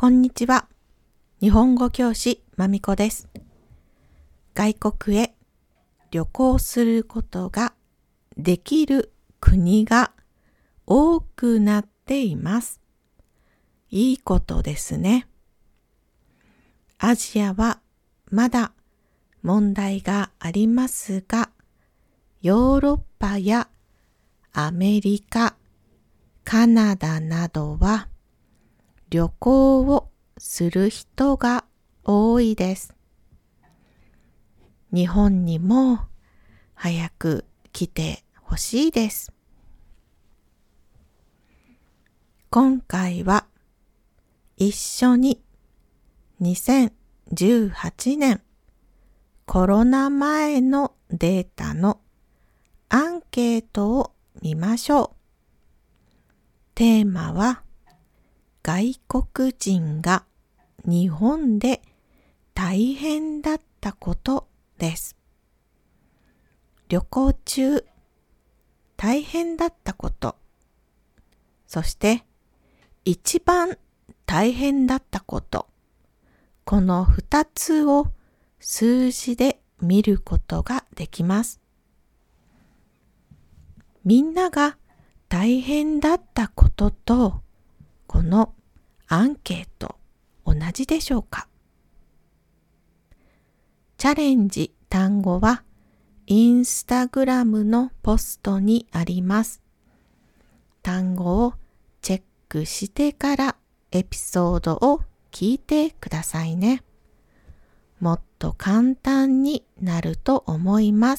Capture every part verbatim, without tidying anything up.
こんにちは。日本語教師まみこです。外国へ旅行することができる国が多くなっています。いいことですね。アジアはまだ問題がありますが、ヨーロッパやアメリカ、カナダなどは旅行をする人が多いです。日本にも早く来てほしいです。今回は一緒ににせんじゅうはちねんコロナ前のデータのアンケートを見ましょう。テーマは外国人が日本で大変だったことです。旅行中大変だったこと、そして一番大変だったこと、この二つを数字で見ることができます。みんなが大変だったこととこのアンケート同じでしょうか？チャレンジ単語はインスタグラムのポストにあります。単語をチェックしてからエピソードを聞いてくださいね。もっと簡単になると思います。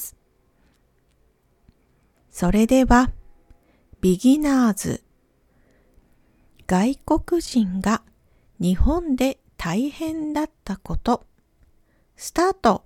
それでは、ビギナーズ。外国人が日本で大変だったこと。スタート。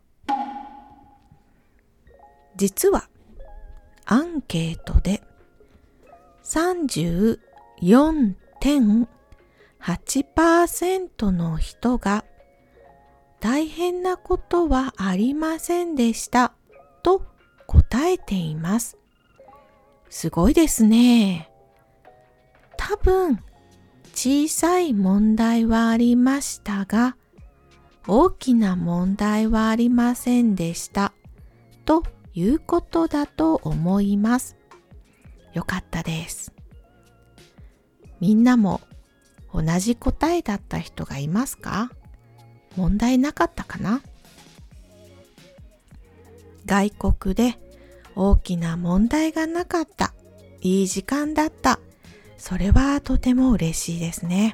実はアンケートで さんじゅうよんてんはちパーセント の人が大変なことはありませんでしたと答えています。すごいですね。多分小さい問題はありましたが、大きな問題はありませんでしたということだと思います。よかったです。みんなも同じ答えだった人がいますか？問題なかったかな？外国で大きな問題がなかった。いい時間だった。それはとても嬉しいですね。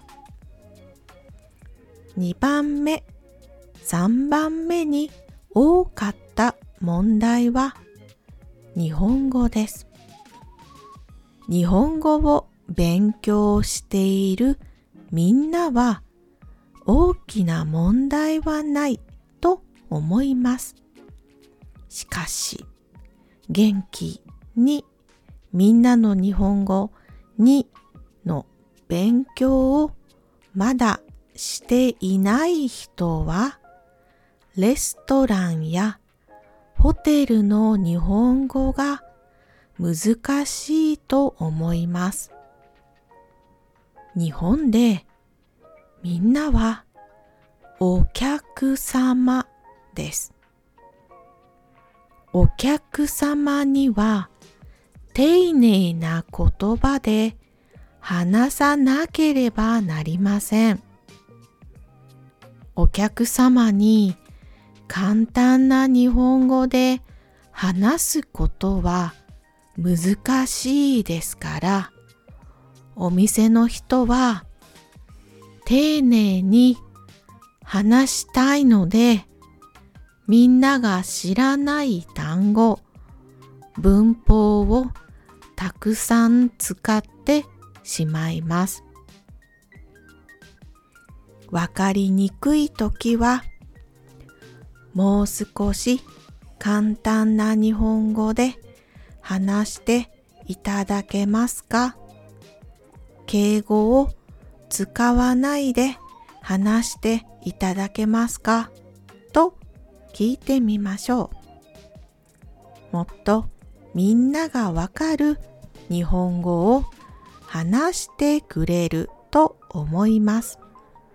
にばんめ、さんばんめに多かった問題は日本語です。日本語を勉強しているみんなは大きな問題はないと思います。しかし、元気にみんなの日本語にの勉強をまだしていない人は、レストランやホテルの日本語が難しいと思います。日本でみんなはお客様です。お客様には丁寧な言葉で話さなければなりません。お客様に簡単な日本語で話すことは難しいですから、お店の人は丁寧に話したいので、みんなが知らない単語、文法をたくさん使ってしまいます。わかりにくいときは、もう少し簡単な日本語で話していただけますか？敬語を使わないで話していただけますか？と聞いてみましょう。もっとみんながわかる日本語を話してくれると思います。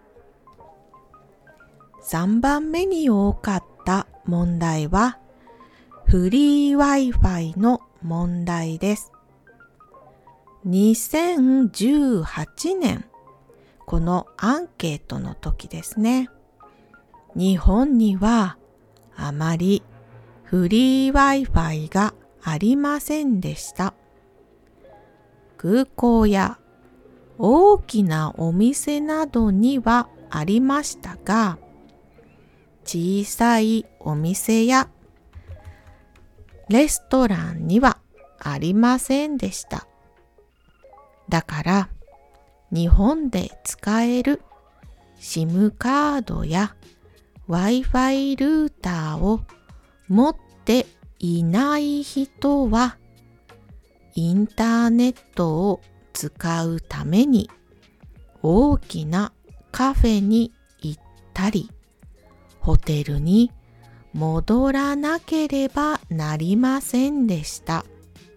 さんばんめに多かった問題はフリー Wi-Fi の問題です。にせんじゅうはちねん、このアンケートの時ですね。日本にはあまりフリー Wi-Fi がありませんでした。空港や大きなお店などにはありましたが、小さいお店やレストランにはありませんでした。だから日本で使える SIM カードや Wi-Fi ルーターを持っていない人はインターネットを使うために大きなカフェに行ったりホテルに戻らなければなりませんでした。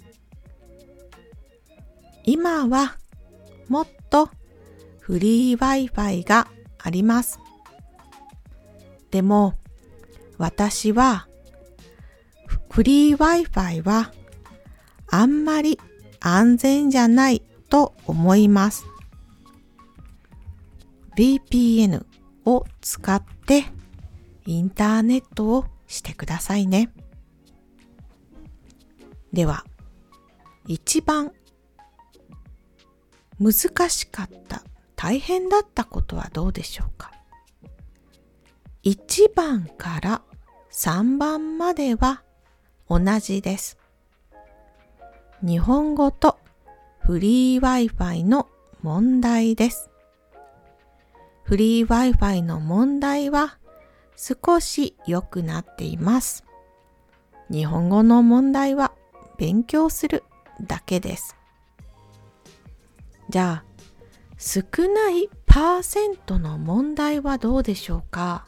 今はもっとフリー Wi-Fi があります。でも私はフリー Wi-Fi はあんまり安全じゃないと思います。ブイピーエヌ を使ってインターネットをしてくださいね。では、一番難しかった、大変だったことはどうでしょうか。いちばんからさんばんまでは同じです。日本語とフリー Wi-Fi の問題です。フリー Wi-Fi の問題は少し良くなっています。日本語の問題は勉強するだけです。じゃあ、少ないパーセントの問題はどうでしょうか。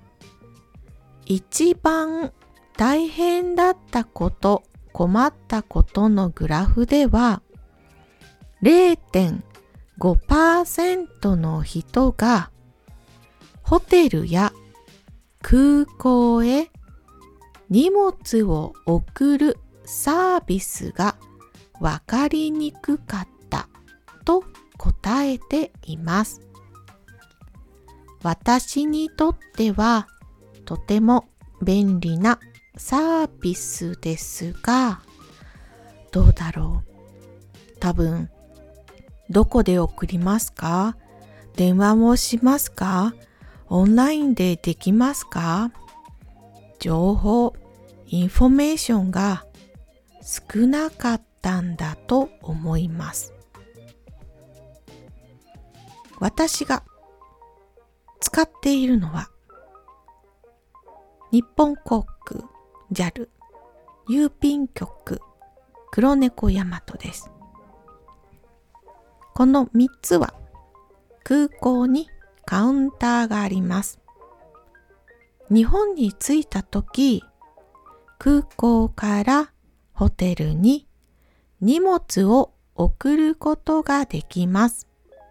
一番大変だったこと、困ったことのグラフでは れいてんごパーセント の人がホテルや空港へ荷物を送るサービスがわかりにくかったと答えています。私にとってはとても便利なサービスですが、どうだろう。多分、どこで送りますか？電話をしますか？オンラインでできますか？情報、インフォメーションが少なかったんだと思います。私が使っているのは日本航空、ジャル、郵便局、黒猫ヤマトです。このみっつは空港にカウンターがあります。日本に着いたとき、空港からホテルに荷物を送ることができます。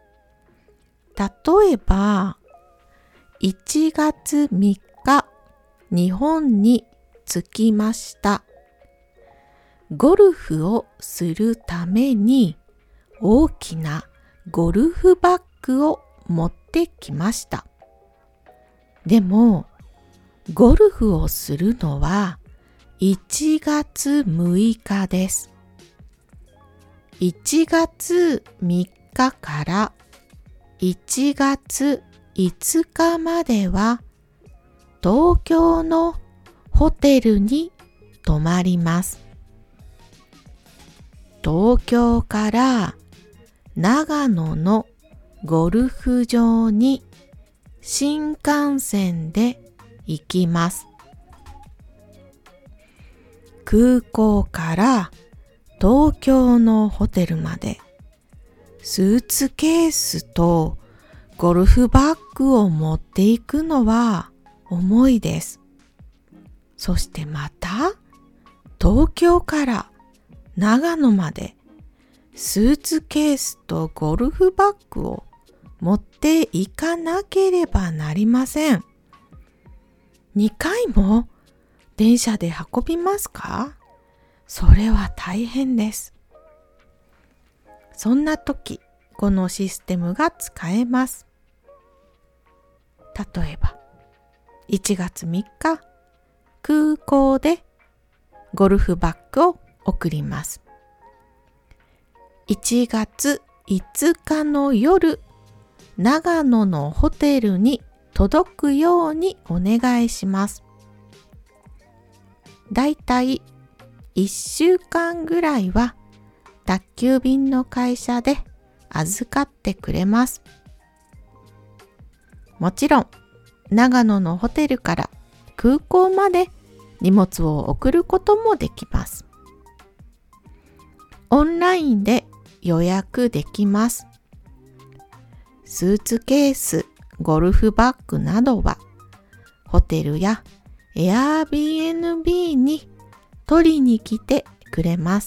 例えば、いちがつみっか、日本に着きました。ゴルフをするために大きなゴルフバッグを持ってきました。でも、ゴルフをするのはいちがつむいかです。いちがつみっかからいちがついつかまでは東京のホテルに泊まります。東京から長野のゴルフ場に新幹線で行きます。空港から東京のホテルまでスーツケースとゴルフバッグを持っていくのは重いです。そしてまた東京から長野までスーツケースとゴルフバッグを持っていかなければなりません。にかいも電車で運びますか？それは大変です。そんな時、このシステムが使えます。例えば、いちがつみっか、空港でゴルフバッグを送ります。いちがついつかの夜、長野のホテルに届くようにお願いします。だいたいいっしゅうかんぐらいは宅急便の会社で預かってくれます。もちろん、長野のホテルから空港まで荷物を送ることもできます。オンラインで予約できます。スーツケース、ゴルフバッグなどはホテルや Airbnb に取りに来てくれます。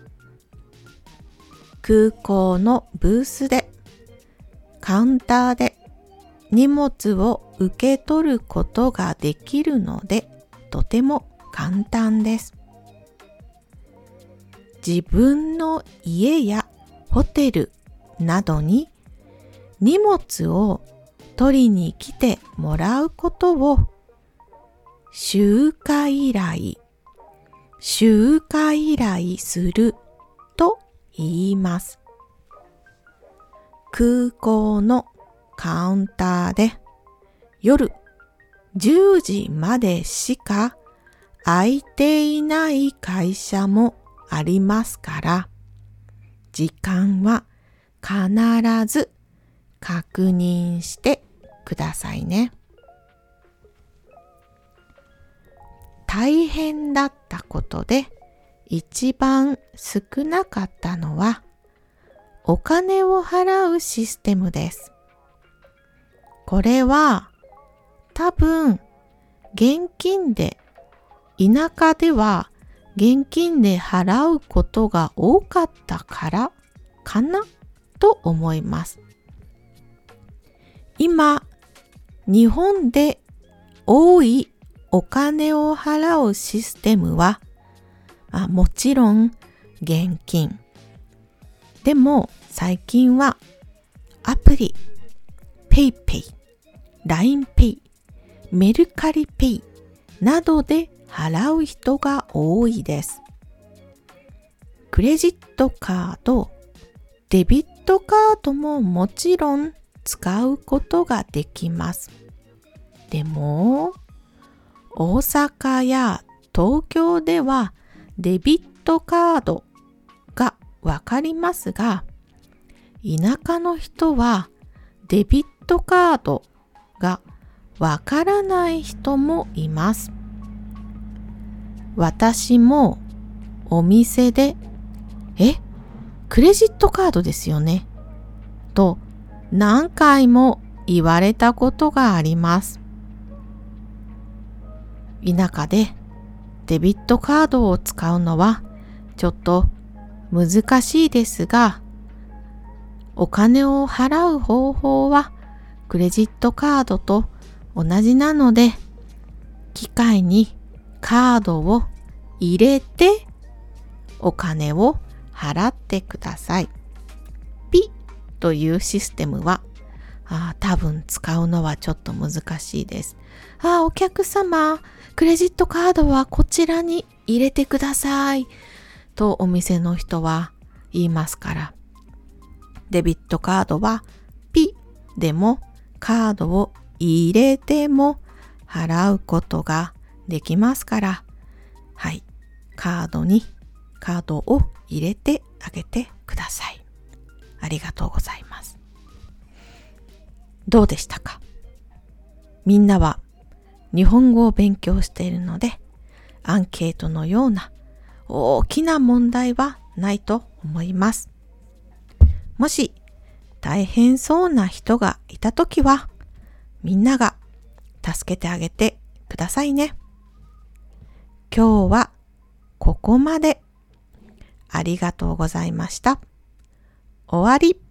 空港のブースでカウンターで荷物を受け取ることができるのでとても簡単です。自分の家やホテルなどに荷物を取りに来てもらうことを集荷依頼、集荷依頼すると言います。空港のカウンターで夜じゅうじまでしか空いていない会社もありますから、時間は必ず確認してくださいね。大変だったことで一番少なかったのはお金を払うシステムです。これは多分現金で、田舎では現金で払うことが多かったからかなと思います。今、日本で多いお金を払うシステムは、あ、もちろん現金。でも最近はアプリ、PayPay、ラインペイ、メルカリペイなどで払う人が多いです。クレジットカード、デビットカードももちろん使うことができます。でも、大阪や東京ではデビットカードがわかりますが、田舎の人はデビットカードがわからない人もいます。私もお店で、え、クレジットカードですよねと何回も言われたことがあります。田舎でデビットカードを使うのはちょっと難しいですが、お金を払う方法はクレジットカードと同じなので、機械にカードを入れてお金を払ってください。ピッというシステムはあ多分使うのはちょっと難しいです。あ、お客様、クレジットカードはこちらに入れてくださいとお店の人は言いますから、デビットカードはピッでもカードを入れても払うことができますから、はい、カードにカードを入れてあげてください。ありがとうございます。どうでしたか？みんなは日本語を勉強しているので、アンケートのような大きな問題はないと思います。もし大変そうな人がいたときは、みんなが助けてあげてくださいね。今日はここまで。ありがとうございました。終わり。